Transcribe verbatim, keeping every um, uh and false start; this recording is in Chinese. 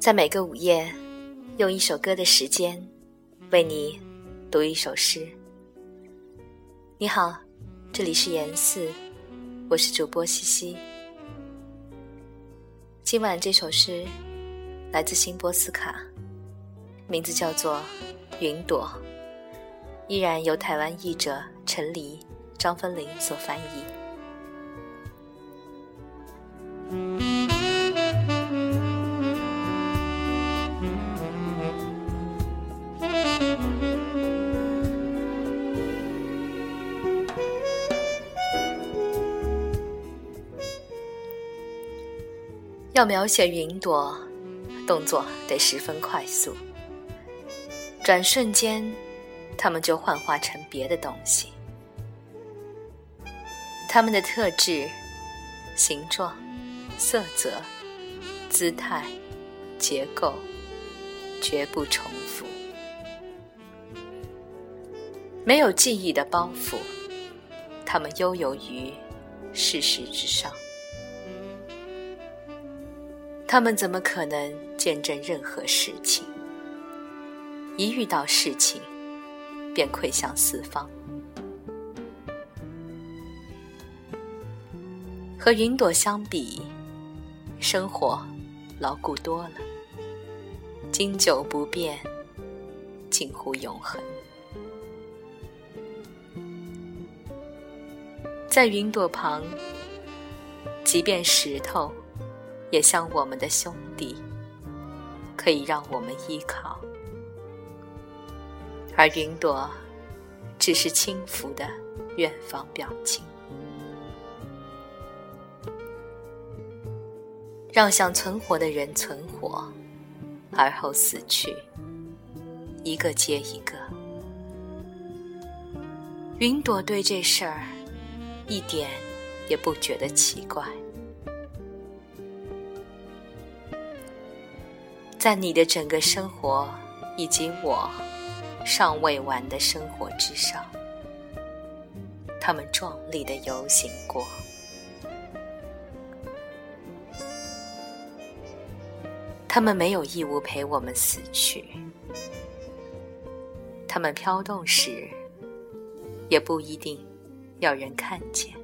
在每个午夜，用一首歌的时间为你读一首诗。你好，这里是言四，我是主播西西。今晚这首诗来自辛波斯卡，名字叫做云朵，依然由台湾译者陈黎、张芬玲所翻译。要描写云朵，动作得十分快速，转瞬间它们就幻化成别的东西。它们的特质、形状、色泽、姿态、结构绝不重复，没有记忆的包袱，它们悠游于事实之上。他们怎么可能见证任何事情？一遇到事情，便溃向四方。和云朵相比，生活牢固多了，经久不变，近乎永恒。在云朵旁，即便石头也像我们的兄弟，可以让我们依靠，而云朵只是轻浮的远方表情。让想存活的人存活，而后死去，一个接一个。云朵对这事儿一点也不觉得奇怪。在你的整个生活以及我尚未完的生活之上，他们壮丽地游行过。他们没有义务陪我们死去，他们飘动时也不一定要人看见。